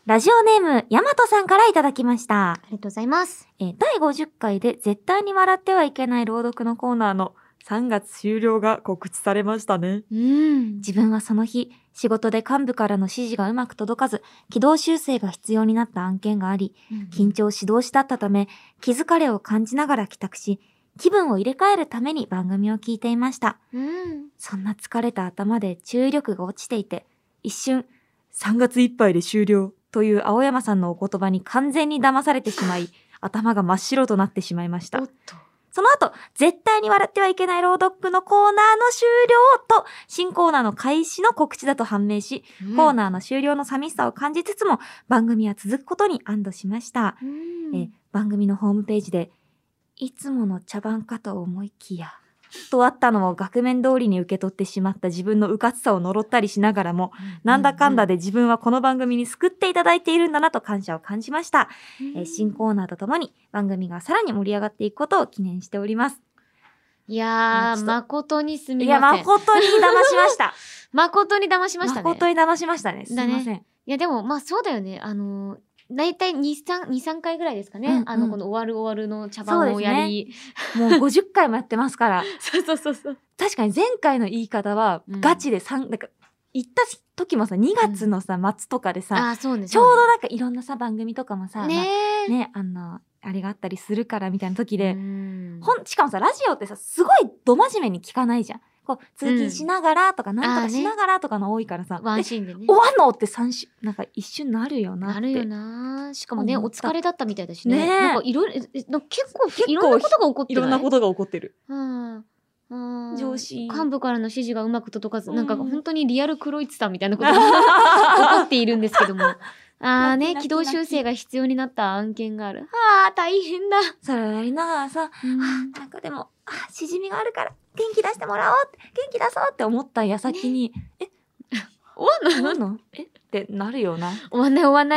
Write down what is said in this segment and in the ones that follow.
ラジオネーム、ヤマトさんからいただきました。 ありがとうございます。 第50回で絶対に笑ってはいけない朗読のコーナーの3月終了が告知されましたね。自分はその日、仕事で幹部からの指示がうまく届かず、軌道修正が必要になった案件があり、緊張し通しだったため、気疲れを感じながら帰宅し、気分を入れ替えるために番組を聞いていました。そんな疲れた頭で注意力が落ちていて、一瞬、3月いっぱいで終了という青山さんのお言葉に完全に騙されてしまい、頭が真っ白となってしまいました。その後、絶対に笑ってはいけない朗読のコーナーの終了と、新コーナーの開始の告知だと判明し、コーナーの終了の寂しさを感じつつも、番組は続くことに安堵しました。番組のホームページで、いつもの茶番かと思いきや、とあったのを額面通りに受け取ってしまった自分のうかつさを呪ったりしながらも、なんだかんだで自分はこの番組に救っていただいているんだなと感謝を感じました。新コーナーとともに番組がさらに盛り上がっていくことを記念しております。 いやー、誠にすみません。 いや、誠に騙しました。 誠に騙しましたね。 誠に騙しましたね。すみません。 いや、でも、まあそうだよね。だいたい2、3回ぐらいですかね。この終わるの茶番をやり。 もう50回もやってますから。 そう。 確かに前回の言い方は、ガチでなんか、行った時もさ、2月のさ、末とかでさ、ちょうどなんかいろんなさ、番組とかもさ、ね、あれがあったりするからみたいな時で、しかもさ、ラジオってさ、すごいど真面目に聞かないじゃん。こう、通勤しながらとか、なんとかしながらとかの多いからさ、 ワンシーンでね。 終わんのってなんか一瞬なるよなって。 なるよな。しかもね、お疲れだったみたいだしね。なんかいろいろ、結構いろんなことが起こってる。 いろんなことが起こってる。 上司。幹部からの指示がうまく届かず、なんか本当にリアル黒市さんみたいなことが起こっているんですけども。軌道修正が必要になった案件がある。大変だ。 それをやりながらさ、なんかでも、しじみがあるから、元気出してもらおうって、元気出そうって思った矢先に、終わんのってなるよな。 終わんない。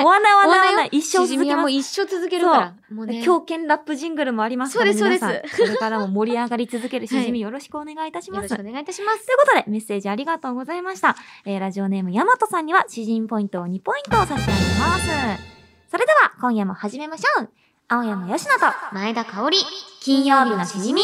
一生続けます。 しじみはもう一生続けるから。 もうね。狂犬ラップジングルもありますから、 そうです。 これからも盛り上がり続けるしじみよろしくお願いいたします。 よろしくお願いいたします。 ということで、メッセージありがとうございました。ラジオネームヤマトさんには、しじみポイントを2ポイントを差し上げます。それでは、今夜も始めましょう。青山よしのと、 前田香織、 金曜日のしじみ。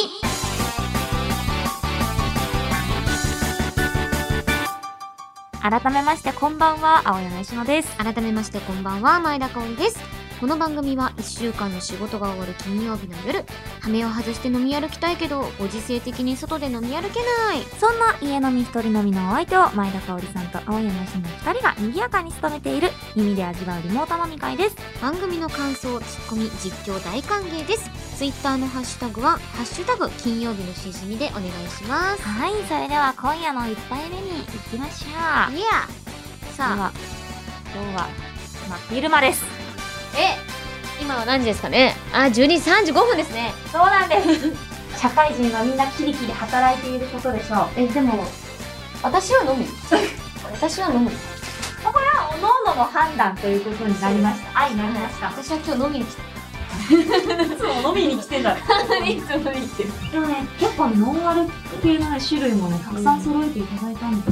改めましてこんばんは、青山よしのです。 改めましてこんばんは、前田香織です。この番組は1週間の仕事が終わる金曜日の夜、羽目を外して飲み歩きたいけどご時世的に外で飲み歩けない、 そんな家飲み一人飲みのお相手を前田香織さんと青山よしの2人が賑やかに務めている耳で味わうリモート飲み会です。 番組の感想、ツッコミ、実況大歓迎です。ツイッターのハッシュタグはハッシュタグ金曜日のしじみでお願いします。 はい、それでは今夜の1杯目に行きましょう。 いやさあ、 今日は昼間です。 今は何時ですかね。12時35分ですね。 そうなんです社会人はみんなキリキリ働いていることでしょう。 でも私は飲む私は飲む。 これは各々の判断ということになりました。になりました。 私は今日飲みに来た。 いつも飲みに来てんだ。いつも飲みに来てる。でもね、結構ノンアル系の種類もね、たくさん揃えていただいたんです。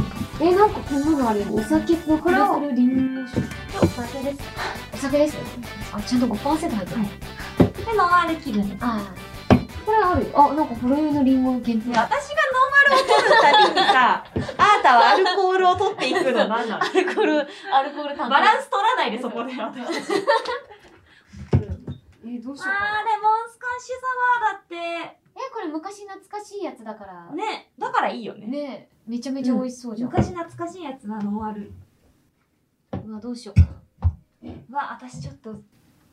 なんかこんなのあるよ。お酒っぽくなってるリンゴ酒。 お酒です。 お酒ですよね。ちゃんと 5% 入ってる。 で、ノンアル気分です。 これあるよ。なんかほろ酔いのリンゴ限定。 私がノンアルを取るたびにさ、あなたはアルコールを取っていくの何なの？アルコールバランス取らないで、そこで私。 どうしようかな。 レモンスカッシュサワーだって。 これ昔懐かしいやつだから。 ね、だからいいよね。 ね、めちゃめちゃ美味しそうじゃん。 昔懐かしいやつはノンアル。 どうしようかな。 私ちょっと、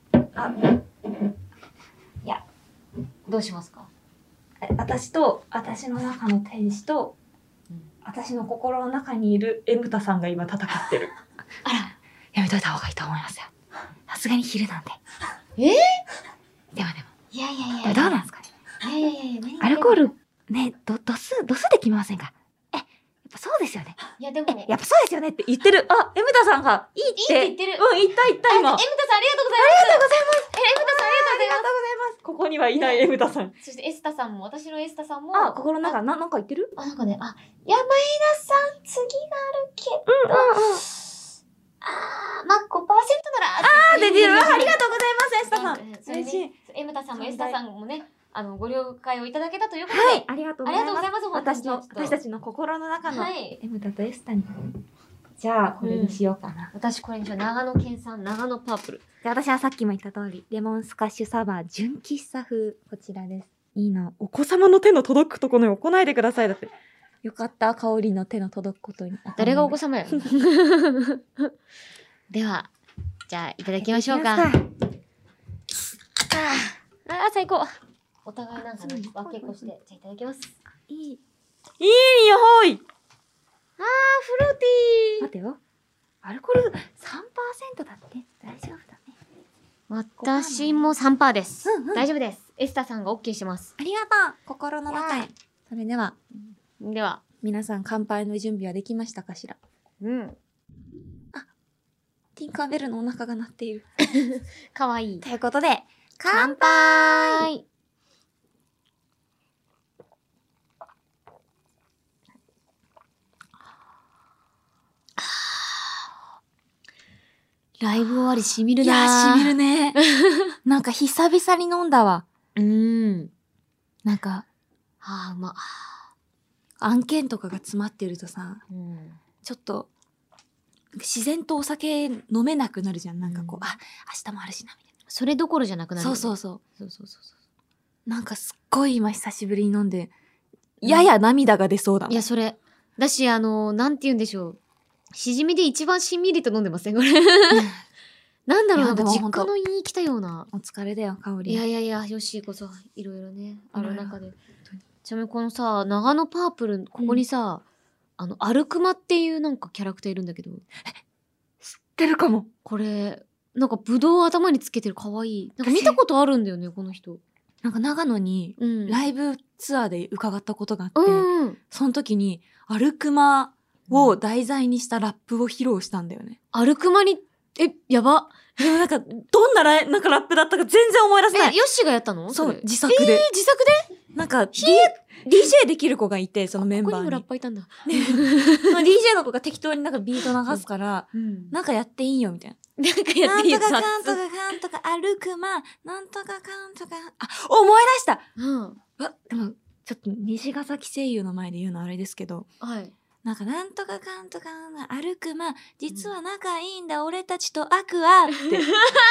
いや、どうしますか？ 私と、私の中の天使と、私の心の中にいるエムタさんが今戦ってる。やめといた方がいいと思いますよ。さすがに昼なんで。でも。 いや。 どうなんですかね。 いや。 アルコール、ね、度数で決めませんか？やっぱそうですよね。 いやでも。 やっぱそうですよねって言ってる。エムタさんがいいって言ってる。 言った今。 エムタさんありがとうございます。エムタさんありがとうございます。 ここにはいないエムタさん。 そしてエスタさんも、私のエスタさんも。 心の中、なんか言ってる？ なんかね、山田さん次があるけど。5% ならさんもエスタさんもね、ご了解をいただけたということで。 はい、ありがとうございます。 ありがとうございます、本当に。 私たちの心の中の、 はい。 エムタとエスタに。じゃあ、これにしようかな。 私これにしよう。長野県産、長野パープル。 で、私はさっきも言った通り、レモンスカッシュサワー純喫茶風。こちらです。いいな。お子様の手の届くところに置かないでください。だって。よかった、香りの手の届くことに。 誰がお子様やでは、じゃあ、いただきましょうか。最高。お互いなんかね、分けっこして。じゃあ、いただきます。 いい匂い。 フルーティー。 待てよ。アルコール 3% だって。大丈夫だね。 私も 3% です。大丈夫です。エスタさんが OK してます。 ありがとう。心の中へ。それでは、皆さん乾杯の準備はできましたかしら？ うん。 ティンカーベルのお腹が鳴っている。 かわいい。 ということで、 乾杯。ライブ終わりしみるな。 いや、しみるね。なんか久々に飲んだわ。なんか、 うま。 案件とかが詰まってるとさ、ちょっと、自然とお酒飲めなくなるじゃん。なんかこう、明日もあるしな、みたいな。 それどころじゃなくなる。 そう。なんかすっごい今久しぶりに飲んで、やや涙が出そうだもん。 いや、それ。だし、なんて言うんでしょう。しじみで一番しんみりと飲んでませんこれ。なんだろう、実家の言い来たような。 お疲れだよ、香り。 いや、ヨッシーこそ、いろいろね、ある中で。ちなみにこのさ、長野パープル、ここにさ、アルクマっていうなんかキャラクターいるんだけど。 知ってるかも。 これ、なんかブドウ頭につけてるかわいい。なんか見たことあるんだよね、この人。 なんか長野に、ライブツアーで伺ったことがあって、その時に、アルクマを題材にしたラップを披露したんだよね。 アルクマに、やば。 でもなんか、どんなラップだったか全然思い出せない。 ヨッシーがやったの？ そう、自作で。 自作で？ なんか、DJ できる子がいて、そのメンバーに。 ここにもラッパーいたんだ。 DJ の子が適当になんかビート流すから、なんかやっていいよ、みたいな。 なんかやっていいよ、 なんとかかんとかかんとか歩くま、なんとかかんとか、思い出した！でも、ちょっと西ヶ崎声優の前で言うのあれですけど、なんかなんとかかんとか歩くま、実は仲いいんだ、俺たちとアクアって。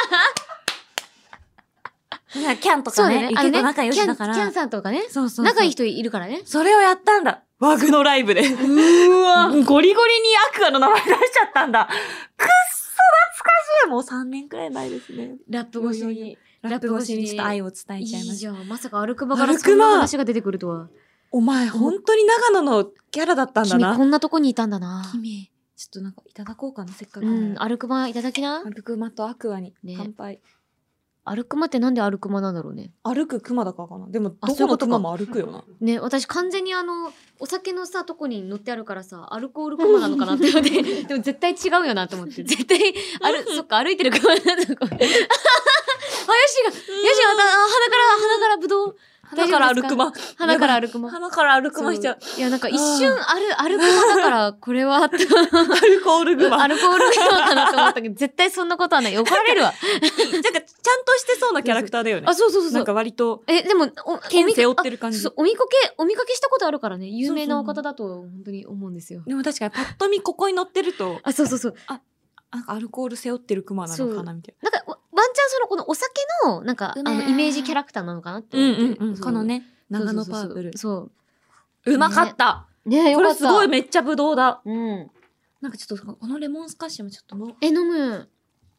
キャンとかね、結構仲良しだから。 キャンさんとかね。 そう。 仲いい人いるからね。 それをやったんだ。ワグのライブで。うわ。ゴリゴリにアクアの名前出しちゃったんだ。くっそ懐かしい。もう3年くらい前ですね。 ラップ越しに。 ラップ越しにちょっと愛を伝えちゃいました。 いいじゃん。まさかアルクマからそんな話が出てくるとは。 お前、本当に長野のキャラだったんだな。 君こんなとこにいたんだな。 君、ちょっとなんかいただこうかな、せっかく。 アルクマいただきな。 アルクマとアクアに乾杯。 アルクマってなんでアルクマなんだろうね。 歩くクマだからかな。でも、どこのクマも歩くよな。 ね、私完全にお酒のさ、とこに乗ってあるからさ、アルコールクマなのかなって思って、でも絶対違うよなと思って、絶対、そっか、歩いてるクマなんだと思って。ヨシが、鼻からブドウ。 鼻から歩くま。 鼻から歩くま。 鼻から歩くましちゃう。 いや、なんか一瞬歩くまだから、これは、アルコールグマ。 アルコールグマかなと思ったけど、絶対そんなことはない。怒られるわ。 なんか、ちゃんとしてそうなキャラクターだよね。 そう。 なんか割と。 でも、 剣背負ってる感じ。 そう、お見かけしたことあるからね。有名なお方だと、本当に思うんですよ。 でも確かに、パッと見ここに乗ってると。 そう。 なんかアルコール背負ってるクマなのかなみたいな。なんか、ワンチャンこのお酒の、なんか、イメージキャラクターなのかなって思って。 このね、長野パープル。 そう。 うまかった。 ね、よかった。 これすごいめっちゃブドウだ。 なんかちょっと、このレモンスカッシュもちょっと飲む。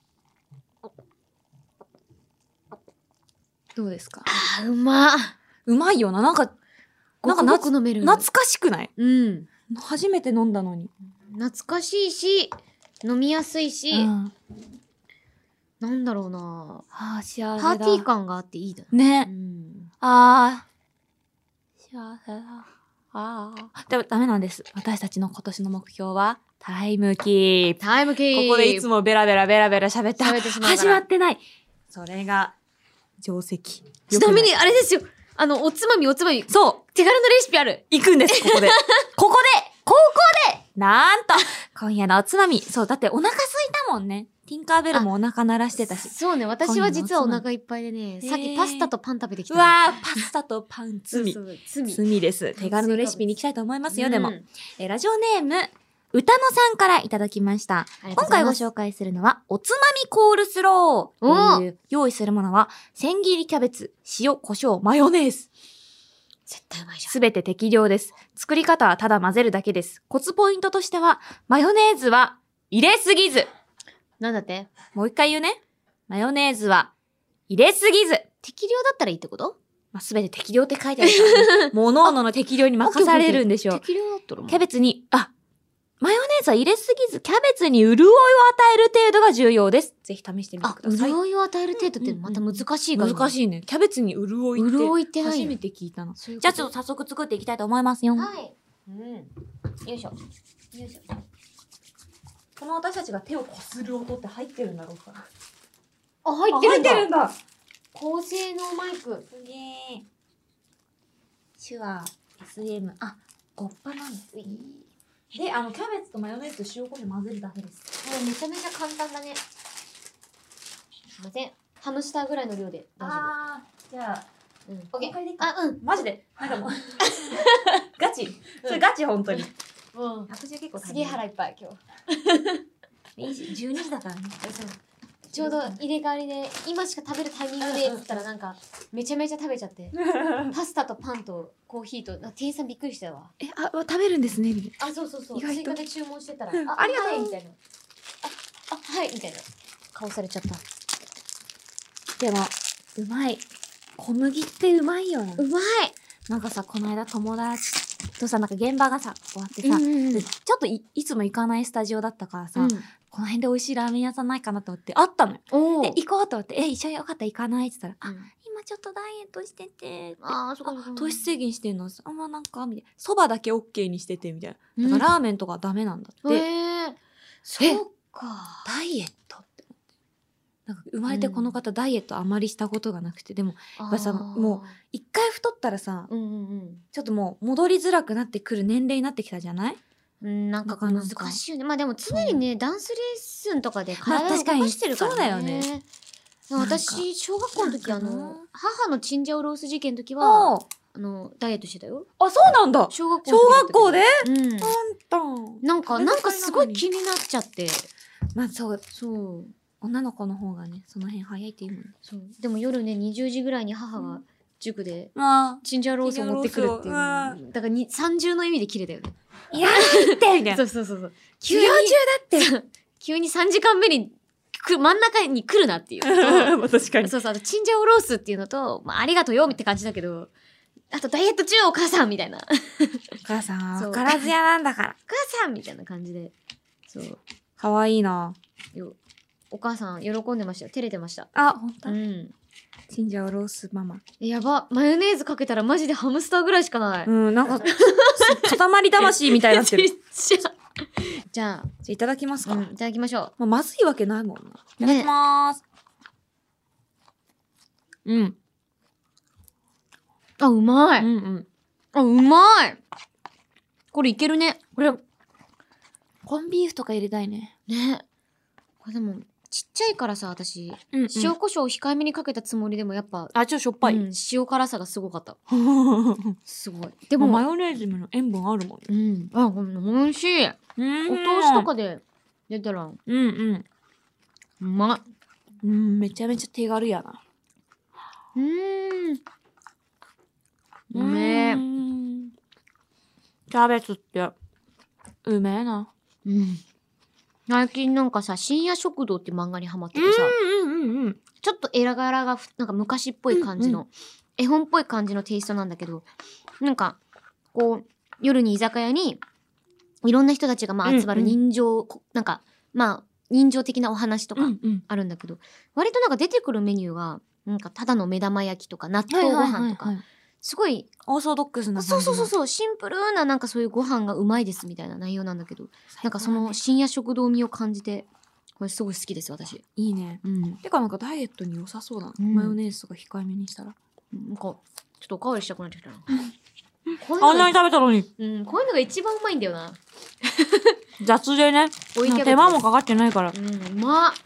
どうですか？ うまいよな。なんか飲める。 懐かしくない？ うん。 初めて飲んだのに。 懐かしいし、飲みやすいし、なんだろうな。 幸せだ。 パーティー感があっていいだね。幸せだ。でもダメなんです。私たちの今年の目標は、タイムキープ。ここでいつもベラベラ喋ってしまう。始まってない。それが、定石。 ちなみに、あれですよ。おつまみ。 そう。 手軽のレシピある。 行くんです、ここで。ここでなんと、今夜のおつまみ。そう、だってお腹空いたもんね。 ティンカーベルもお腹鳴らしてたし。 そうね、私は実はお腹いっぱいでね、さっきパスタとパン食べてきた。 うわー、パスタとパン、罪。 罪です。手軽のレシピに行きたいと思いますよ、でも。ラジオネーム、歌野さんからいただきました。今回ご紹介するのは、おつまみコールスロー。用意するものは、千切りキャベツ、塩、胡椒、マヨネーズ。 絶対うまいじゃん。 すべて適量です。作り方はただ混ぜるだけです。コツポイントとしては、マヨネーズは入れすぎず。 なんだって？ もう一回言うね。マヨネーズは入れすぎず。 適量だったらいいってこと？ まあ、すべて適量って書いてあるから、ね、もう各々の適量に任されるんでしょう。 適量だったらキャベツに、マヨネーズは入れすぎず、キャベツに潤いを与える程度が重要です。ぜひ試してみてください。 潤いを与える程度ってまた難しいから、 難しいね。キャベツに潤いって初めて聞いたの。じゃあちょっと早速作っていきたいと思いますよ。 はい。よいしょ。よいしょ。 この私たちが手をこする音って入ってるんだろうか。 入ってるんだ。 だ。 高性能マイク。 すげー。手話、SM、ごっぱなんです。で、キャベツとマヨネーズと塩コショウ混ぜるだけです。 めちゃめちゃ簡単だね。すいません。ハムスターぐらいの量で大丈夫。じゃあ、 オッケー。 マジでなんかもう、ガチそれガチ、本当に。私は結構すげえ腹いっぱい、今日。12時だからね。 ちょうど入れ替わりで、今しか食べるタイミングでって言ったらなんか、めちゃめちゃ食べちゃって。パスタとパンとコーヒーと、店員さんびっくりしたわ。 食べるんですね、みたいな。 そう。追加で注文してたら、 ありがとうみたいな。はいみたいな顔されちゃった。 でも、うまい。小麦ってうまいよね。 うまい。 なんかさ、この間友達とさ、なんか現場がさ、終わってさ、ちょっといつも行かないスタジオだったからさ、この辺で美味しいラーメン屋さんないかなと思ってあったのよ。で、行こうと思って、一緒によかったら行かないって言ったら、今ちょっとダイエットしてて、糖質制限してんの、なんか、みたいな。蕎麦だけ OK にしてて、みたいな。だからラーメンとかダメなんだって。 そうか。 ダイエットって思って。なんか生まれてこの方、ダイエットあまりしたことがなくて、でも、やっぱさ、もう、一回太ったらさ、ちょっともう戻りづらくなってくる年齢になってきたじゃない？ なんか難しいよね。まあでも常にね、ダンスレッスンとかで体を動かしてるからね。 そうだよね。 私、小学校の時母のチンジャオロース事件の時は、ダイエットしてたよ。 そうなんだ。 小学校で？ なんかすごい気になっちゃって。 まあそう。女の子の方がね、その辺早いって言うもんね。 そう。でも夜ね、20時ぐらいに母が塾で、チンジャオロースを持ってくるっていう。だから30の意味で切れたよね。 いやーってみたいな。 そう。 授業中だって。 急に3時間目に真ん中に来るなっていうのと。 確かに。 そう。あと、チンジャオロースっていうのと、ありがとうよって感じだけど、あと、ダイエット中お母さんみたいな。 お母さんは分からずやなんだから。 お母さんみたいな感じで。そう。 かわいいな。 お母さん喜んでましたよ。照れてました。 ほんと？チンジャオロースママ。 やば。マヨネーズかけたらマジでハムスターぐらいしかない。 なんか、塊魂みたいになってる。 じゃあ、 いただきますか。 いただきましょう。まずいわけないもんな。いただきまーす。 うまい。うまい。これいけるね。 これ、コンビーフとか入れたいね。 ね。これでも、ちっちゃいからさ、私、塩コショウ控えめにかけたつもりでもやっぱ、 ちょっとしょっぱい。 塩辛さがすごかった。すごい。 でも、マヨネーズの塩分あるもんね。 美味しい。お通しとかで出たら、うまい。 めちゃめちゃ手軽やな。 うめえ。 キャベツって、うめえな。 最近なんかさ、深夜食堂って漫画にハマっててさ、ちょっと絵柄がなんか昔っぽい感じの、絵本っぽい感じのテイストなんだけど、なんか、こう、夜に居酒屋に、いろんな人たちが集まる人情、なんか、人情的なお話とかあるんだけど、割となんか出てくるメニューが、なんかただの目玉焼きとか納豆ご飯とか、すごい、 オーソドックスな感じ。そう、シンプルななんかそういうご飯がうまいですみたいな内容なんだけど、なんかその深夜食堂味を感じて、これすごい好きです私。 いいね。てかなんかダイエットに良さそうだな。マヨネーズとか控えめにしたら。 なんか、ちょっとおかわりしたくなってきたな。 あんなに食べたのに。 こういうのが一番うまいんだよな。 雑でね。手間もかかってないから。 うまっ。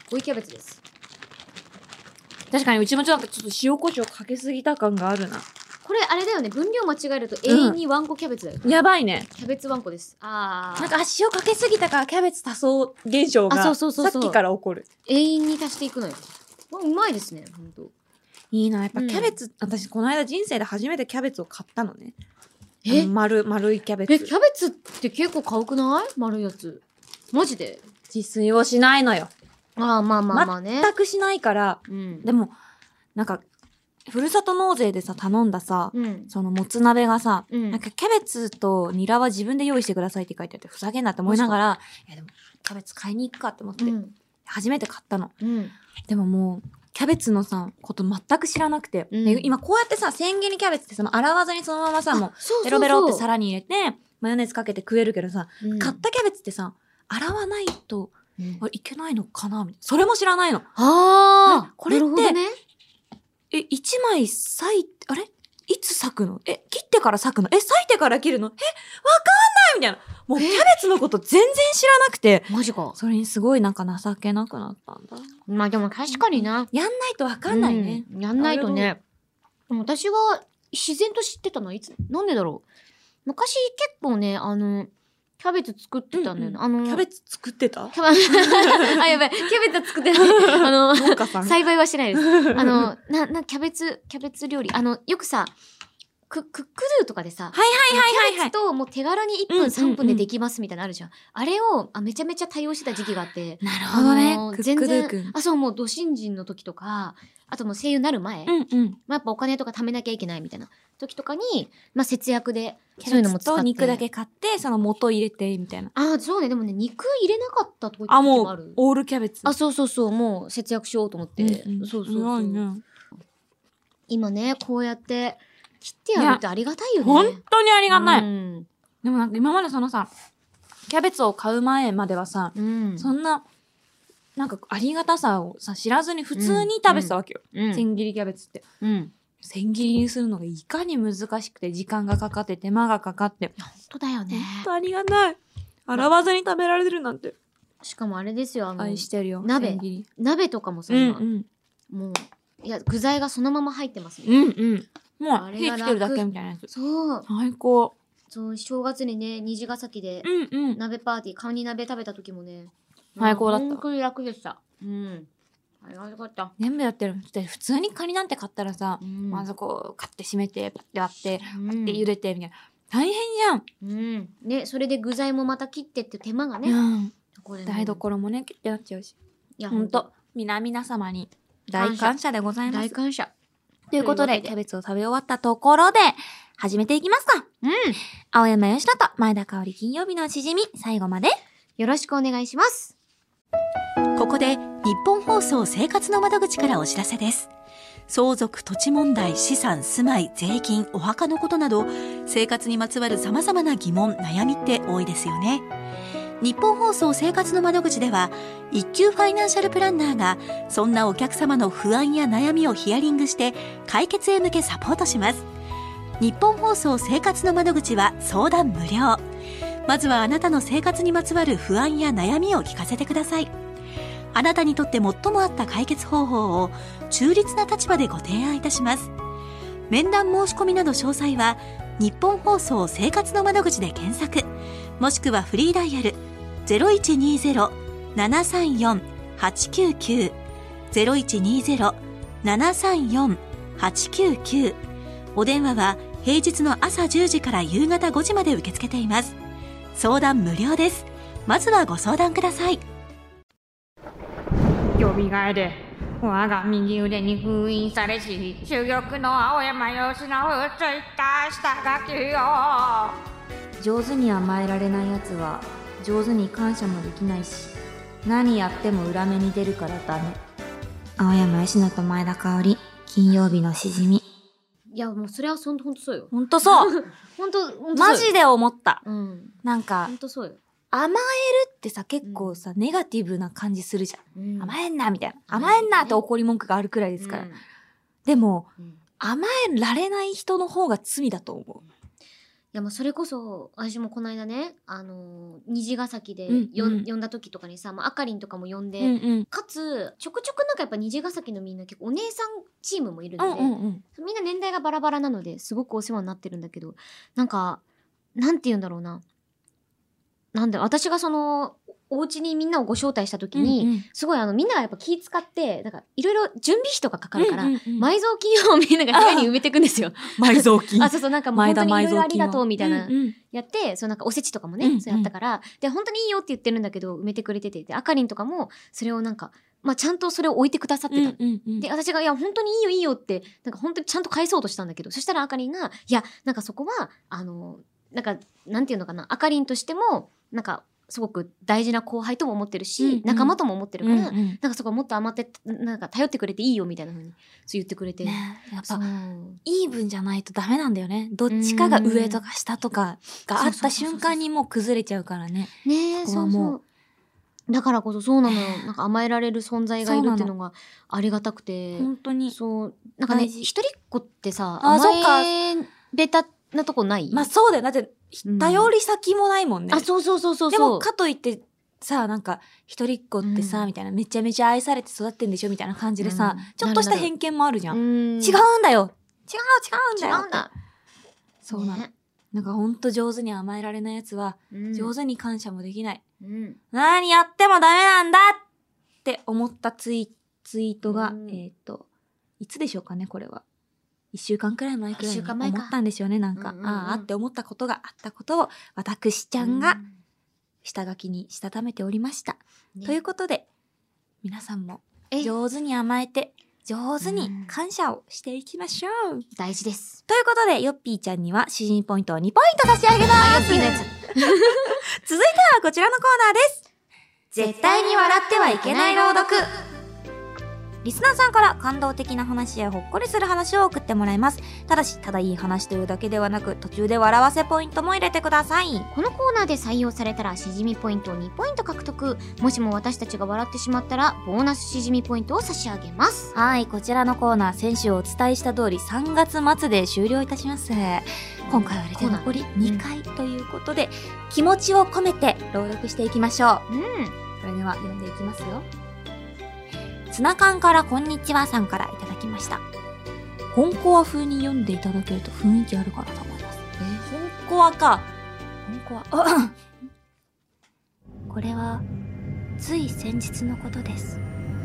追いキャベツです。 確かにうちもちょっと塩コショウかけすぎた感があるな。 これあれだよね、分量間違えると永遠にワンコキャベツだよ。 やばいね。 キャベツワンコです。 なんか塩かけすぎたからキャベツ多層現象がさっきから起こる。 永遠に足していくのよ。うまいですね、ほんと。 いいな、やっぱキャベツ、私この間人生で初めてキャベツを買ったのね。丸いキャベツ。 キャベツって結構買うくない？丸いやつ。マジで？ 自炊をしないのよ。 まあね。 全くしないから、でも、なんか、ふるさと納税でさ、頼んださ、そのもつ鍋がさ、なんかキャベツとニラは自分で用意してくださいって書いてあって、ふざけんなって思いながら、いやでも、キャベツ買いに行くかって思って、初めて買ったの。でももう、キャベツのさ、こと全く知らなくて、今こうやってさ、千切りキャベツってさ、洗わずにそのままさ、もう、ベロベロって皿に入れて、マヨネーズかけて食えるけどさ、買ったキャベツってさ、洗わないと、いけないのかなみたいな。それも知らないの。これって、一枚あれいつ裂くの？切ってから裂くの？裂いてから切るの？わかんないみたいな。もうキャベツのこと全然知らなくて。 マジか。 それにすごいなんか情けなくなったんだ。 まあでも確かにな。 やんないとわかんないね。 やんないとね。私が自然と知ってたのはいつ？なんでだろう。昔結構ね、キャベツ作ってたんだよね。 キャベツ作ってた？ やばい。キャベツは作ってない。栽培はしてないです。キャベツ料理。よくさ、クックドゥとかでさ、キャベツともう手軽に1分3分でできますみたいなのあるじゃん。あれをめちゃめちゃ多用してた時期があって。 なるほどね。 全然、そう、もう土新人の時とか、あともう声優になる前、やっぱお金とか貯めなきゃいけないみたいな時とかに、節約で、そういうのも使って。 肉だけ買って、その元入れて、みたいな。 そうね。でもね、肉入れなかった時もある。 もう、オールキャベツ。 そう。もう節約しようと思って。そう。今ね、こうやって、切ってやるってありがたいよね。 本当にありがたい。でもなんか今までそのさ、キャベツを買う前まではさ、そんな、なんかありがたさをさ、知らずに普通に食べてたわけよ。千切りキャベツって。千切りにするのがいかに難しくて、時間がかかって、手間がかかって。 本当だよね。 本当ありがたい。洗わずに食べられるなんて。 しかもあれですよ、 愛してるよ。 鍋とかもさ、今。もう、いや、具材がそのまま入ってますね。 もう、火つけるだけみたいなやつ。 そう。 最高。 そう、正月にね、虹ヶ崎で、鍋パーティー、カニ鍋食べた時もね、 最高だった。 本当に楽でした。ありがたかった。 全部やってる。普通にカニなんて買ったらさ、まずこう、買って閉めて、パッて割って、パッて茹でて、みたいな。大変じゃん。ね、それで具材もまた切ってって手間がね。 台所もね、切ってなっちゃうし。いや、ほんと、皆様に大感謝でございます。 大感謝。 ということで、キャベツを食べ終わったところで、始めていきますか。青山よしと前田香織金曜日のしじみ、最後までよろしくお願いします。 ここで、日本放送生活の窓口からお知らせです。相続、土地問題、資産、住まい、税金、お墓のことなど、生活にまつわる様々な疑問、悩みって多いですよね。日本放送生活の窓口では、一級ファイナンシャルプランナーが、そんなお客様の不安や悩みをヒアリングして、解決へ向けサポートします。日本放送生活の窓口は相談無料。まずはあなたの生活にまつわる不安や悩みを聞かせてください。あなたにとって最も合った解決方法を中立な立場でご提案いたします。面談申し込みなど詳細は、日本放送生活の窓口で検索、もしくはフリーダイヤル 0120-734-899 0120-734-899 お電話は平日の朝10時から夕方5時まで受け付けています。相談無料です。まずはご相談ください。 よみがえれ、我が右腕に封印されし珠玉の青山由伸ついた下書きを。 上手に甘えられないやつは上手に感謝もできないし、何やっても裏目に出るからダメ。青山由伸と前田香織、金曜日のしじみ。 いや、もうそれはほんとそうよ。 ほんとそう。 ほんとマジで思った。なんか、 ほんとそうよ。 甘えるってさ、結構さ、ネガティブな感じするじゃん。甘えんなみたいな。甘えんなって怒り文句があるくらいですから。でも、甘えられない人の方が罪だと思う。 やもうそれこそ私もこの間ね虹ヶ崎で呼んだ時とかにさ、あかりんとかも呼んで、かつちょくちょくなんかやっぱ虹ヶ崎のみんな結構お姉さんチームもいるので、みんな年代がバラバラなのですごくお世話になってるんだけど、なんかなんて言うんだろうな、なんで私がそのお家にみんなをご招待した時に、すごいみんながやっぱ気使ってなんかいろいろ準備費とかかかるから、埋蔵金をみんなが部屋に埋めていくんですよ。 埋蔵金そうそう、なんかもう本当にいろいろありがとうみたいなやって、そうなんかおせちとかもね、そうやったから、で本当にいいよって言ってるんだけど埋めてくれてて、であかりんとかもそれをなんかちゃんとそれを置いてくださってた。で私がいや本当にいいよいいよってなんか本当にちゃんと返そうとしたんだけど、そしたらあかりんがいやなんかそこはなんかなんていうのかな、あかりんとしてもなんかすごく大事な後輩とも思ってるし、仲間とも思ってるから、なんかそこはもっと余ってなんか頼ってくれていいよみたいな風にそう言ってくれて、 やっぱイーブンじゃないとダメなんだよね。どっちかが上とか下とかがあった瞬間にもう崩れちゃうからね。 ねえ、そうだからこそそうなのよ。なんか甘えられる存在がいるっていうのがありがたくて、 本当にそうなんかね、一人っ子ってさ甘えベタなとこない？ そうだよ。だって頼り先もないもんね。 そう。 でもかといってさ、なんか一人っ子ってさ、みたいなめちゃめちゃ愛されて育ってんでしょみたいな感じでさ、ちょっとした偏見もあるじゃん。違うんだよ。違うんだよ。そうなの。なんかほんと上手に甘えられないやつは、上手に感謝もできない。何やってもダメなんだって思ったツイートが、いつでしょうかね、これは。1週間くらい前くらいに思ったんですよね。なんか、ああって思ったことがあったことを、私ちゃんが、下書きにしたためておりました。ということで、皆さんも上手に甘えて、上手に感謝をしていきましょう。 大事です。 ということで、ヨッピーちゃんには、詩人ポイントを2ポイント差し上げます。続いてはこちらのコーナーです。絶対に笑ってはいけない朗読。リスナーさんから感動的な話やほっこりする話を送ってもらいます。ただし、ただいい話というだけではなく、途中で笑わせポイントも入れてください。 このコーナーで採用されたらしじみポイントを2ポイント獲得。もしも私たちが笑ってしまったらボーナスしじみポイントを差し上げます。 はい、こちらのコーナー、先週お伝えした通り3月末で終了いたします。今回は入れて残り2回ということで、気持ちを込めて朗読していきましょう。それでは読んでいきますよ。ツナ缶からこんにちはさんからいただきました。本コア風に読んでいただけると雰囲気あるかなと思います。本コアか。本コア。これは、つい先日のことです。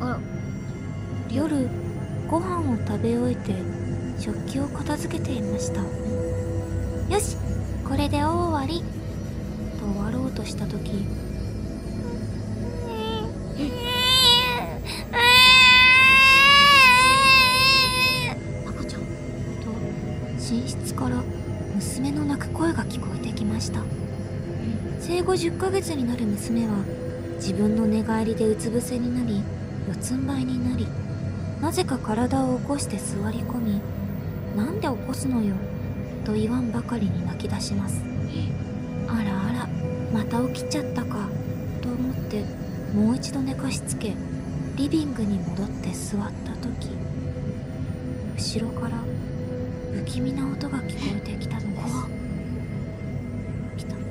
夜、ご飯を食べ終えて、食器を片付けていました。よし、これで終わり。と終わろうとしたとき、寝室から娘の泣く声が聞こえてきました。生後10ヶ月になる娘は自分の寝返りでうつ伏せになり四つん這いになり、なぜか体を起こして座り込み、なんで起こすのよと言わんばかりに泣き出します。あらあら、また起きちゃったかと思ってもう一度寝かしつけ、リビングに戻って座った時、後ろから不気味な音が聞こえてきたのです。ピタ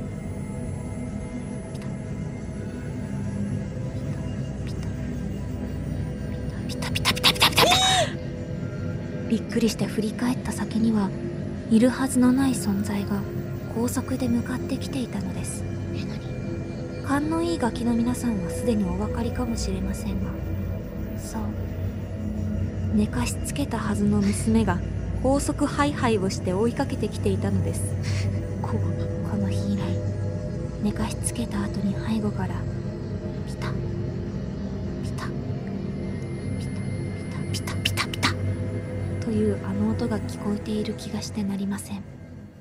ピタピタピタピタピタピタピタピタピタ。びっくりして振り返った先には、いるはずのない存在が高速で向かってきていたのです。勘のいいガキの皆さんはすでにお分かりかもしれませんが、そう、寝かしつけたはずの娘が高速ハイハイをして追いかけてきていたのです。この日以来、寝かしつけた後に背後からピタピタピタピタピタピタというあの音が聞こえている気がしてなりません。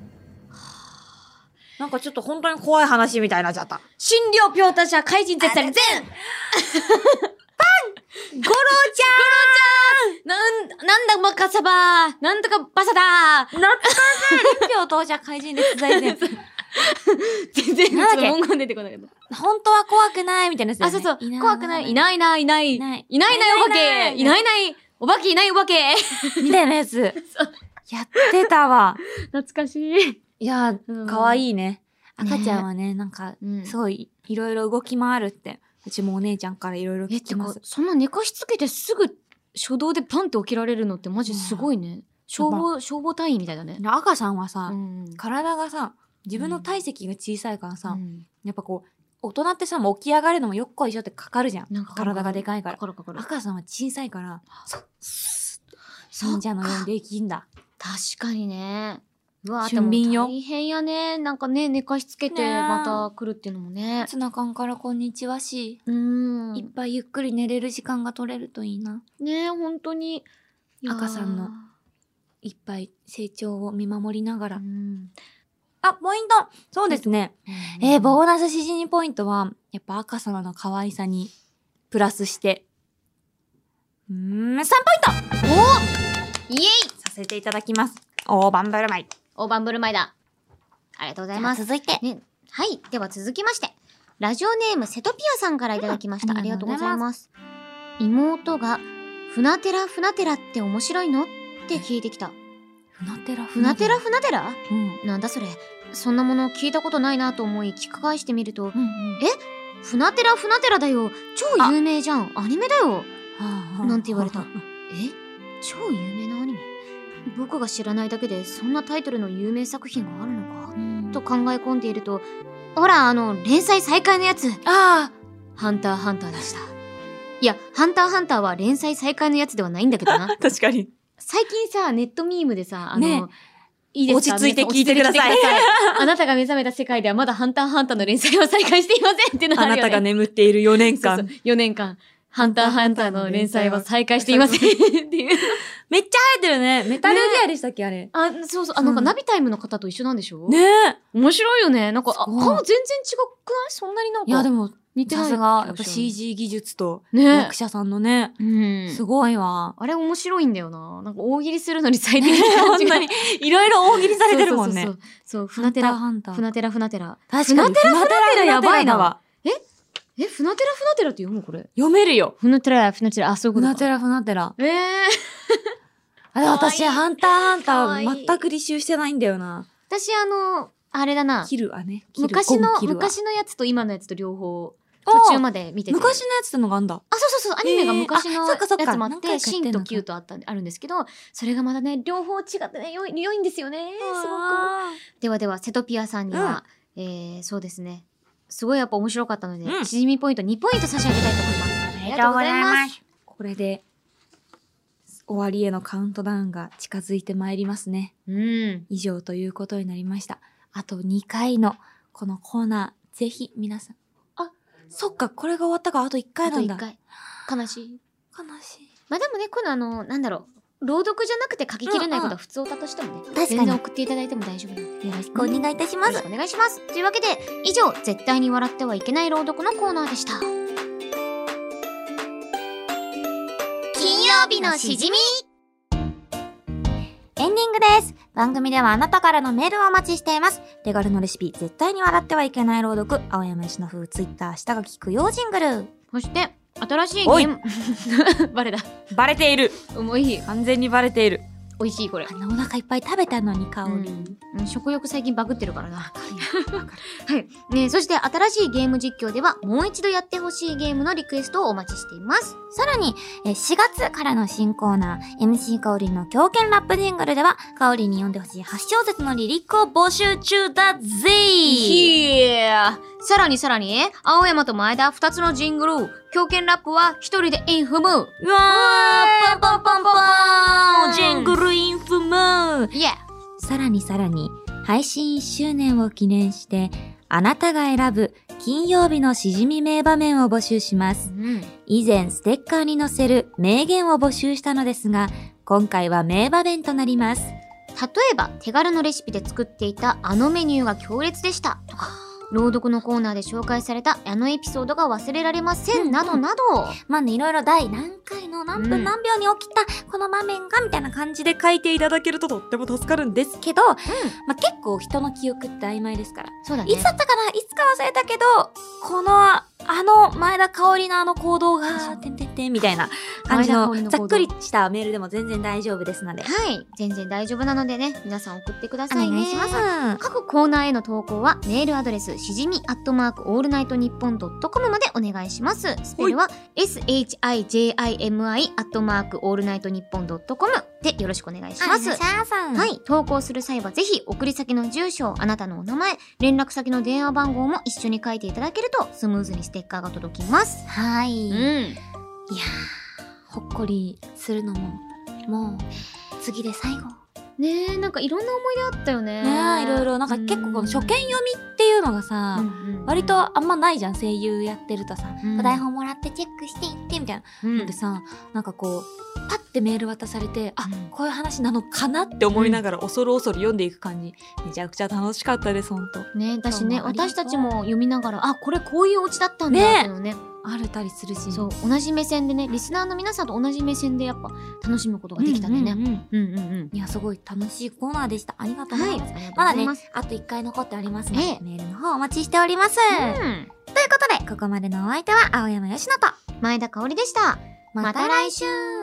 なんかちょっと本当に怖い話みたいになっちゃった。 診療ピョータ社怪人絶対全パンゴロちゃんなんだバカサバなんとかバサだ懐かしい。臨氷当社怪人です大全全然文言出てこなかった。 本当は怖くないみたいなやつだよね。 そう怖くない。いないお化けいないお化けいないお化けみたいなやつやってたわ。 懐かしい。 いやー、かわいいね。赤ちゃんはね、なんか、すごい、いろいろ動き回るって、うちもお姉ちゃんからいろいろ聞きます。 そんな寝かしつけてすぐ初動でパンって起きられるのってマジすごいね。消防隊員みたいだね。 赤さんはさ、体がさ、自分の体積が小さいからさ、やっぱこう、大人ってさ、もう起き上がるのもよっこいしょってかかるじゃん。体がでかいから。赤さんは小さいから、忍者のようにできんだ。 確かにね。うわ、でも大変やね。なんかね、寝かしつけてまた来るっていうのもね。 ツナ缶からこんにちはし。いっぱいゆっくり寝れる時間が取れるといいな。 ねえ、本当に。 赤さんのいっぱい成長を見守りながら。あ、ポイントそうですね。ボーナスしじみポイントは、やっぱ赤様の可愛さにプラスして、3ポイントイエイさせていただきます。大盤振る舞い。 大盤振る舞いだ。ありがとうございます。 続いて、 ね。はい。では続きまして、ラジオネームセトピアさんからいただきました。ありがとうございます。妹が、船寺って面白いのって聞いてきた。船寺なんだそれ。そんなもの聞いたことないなと思い聞き返してみると、船寺だよ。超有名じゃん。アニメだよ。なんて言われた。超有名なアニメ？僕が知らないだけでそんなタイトルの有名作品があるのかと考え込んでいると、ほら連載再開のやつ。ハンターでした。いや、ハンターは連載再開のやつではないんだけどな。 確かに。 最近さ、ネットミームでさ、 いいですか？落ち着いて聞いてください。 あなたが目覚めた世界ではまだハンターの連載を再開していませんっていうのあるよね。 あなたが眠っている4年間。 そう4年間。ハンターの連載は再開していませんっていう。 めっちゃ生えてるね。メタルギアでしたっけあれ。 そうそう。なんかナビタイムの方と一緒なんでしょ？ ねえ。 面白いよね。なんか、顔全然違くない？そんなになんか。 いやでも、似てない。さすが、やっぱ CG 技術と役者さんのね。すごいわ。 あれ面白いんだよな。なんか大喜利するのに最適な感じが。 本当に、いろいろ大喜利されてるもんね。 そう、船寺。 確かに。 船寺やばいな。船寺って読むこれ。 読めるよ。 船寺、そういうことか。 船寺。私、ハンター全く履修してないんだよな。 私、あれだな。 キルはね。 昔のやつと今のやつと両方、途中まで見てて。 昔のやつってのがあんだ。 そう。アニメが昔のやつもあって、新と旧とあるんですけど、それがまだね、両方違ってね、良いんですよね。すごく。では、セトピアさんには、そうですね。すごいやっぱ面白かったので、しじみポイント2ポイント差し上げたいと思います。 ありがとうございます。これで、終わりへのカウントダウンが近づいてまいりますね。以上ということになりました。あと2回のこのコーナー、ぜひ皆さん。そっか、これが終わったからあと1回なんだ。 あと1回。悲しい。 まあでもね、このなんだろう。朗読じゃなくて書ききれないことは普通歌としてもね、 確かに全然送っていただいても大丈夫なので、 よろしくお願いいたします。 お願いします。というわけで、以上、絶対に笑ってはいけない朗読のコーナーでした。金曜日のしじみ。 エンディングです。番組ではあなたからのメールをお待ちしています。手軽のレシピ、絶対に笑ってはいけない朗読、青山吉野風ツイッター、下書き供養ジングル。 そして、新しいゲーム。バレだ。 バレている。 重い。 完全にバレている。 美味しいこれ。 お腹いっぱい食べたのに香り。 食欲最近バグってるからな。はい。ね、そして新しいゲーム実況ではもう一度やってほしいゲームのリクエストをお待ちしています。 さらに、4月からの新コーナー、MC かおりんの狂犬ラップジングルでは、かおりんに読んでほしい8小節のリリックを募集中だぜさらに、青山と前田2つのジングル、狂犬ラップは1人でインフム。うわー、パンパンジングルインフムさらに、配信1周年を記念して、あなたが選ぶ金曜日のしじみ名場面を募集します。以前ステッカーに載せる名言を募集したのですが、今回は名場面となります。 例えば、手軽のレシピで作っていたあのメニューが強烈でしたとか、 朗読のコーナーで紹介されたあのエピソードが忘れられません、などなど。 まあね、いろいろ第何回の何分何秒に起きたこの場面がみたいな感じで書いていただけるととっても助かるんですけど、まあ結構人の記憶って曖昧ですから。 そうだね。 いつだったかな、いつか忘れたけど、この前田香織の行動が、てんてんてんみたいな感じのざっくりしたメールでも全然大丈夫ですので。 はい。全然大丈夫なのでね、皆さん送ってくださいね。 お願いします。 各コーナーへの投稿はメールアドレスしじみ@allnightnippon.com までお願いします。スペルは shijimi@allnightnippon.com でよろしくお願いします。はい。投稿する際はぜひ送り先の住所、あなたのお名前、連絡先の電話番号も一緒に書いていただけるとスムーズにステッカーが届きます。 はい。 いやー、ほっこりするのも、もう、次で最後。 ねえ、なんかいろんな思い出あったよね。 ねえ、いろいろ、なんか結構この初見読みっていうのがさ、割とあんまないじゃん、声優やってるとさ。台本もらってチェックしていってみたいな。でさ、なんかこう、パッてメール渡されて、こういう話なのかなって思いながら恐る恐る読んでいく感じ、めちゃくちゃ楽しかったです、ほんと。 ね、私ね、私たちも読みながら、これこういうオチだったんだっていうのね。 あるたりするし。 そう、同じ目線でね、リスナーの皆さんと同じ目線でやっぱ楽しむことができたんでね。 いや、すごい楽しいコーナーでした。ありがとうございます。まだね、あと1回残っておりますので、メールの方お待ちしております。ということで、ここまでのお相手は青山佳乃と前田香織でした。 また来週。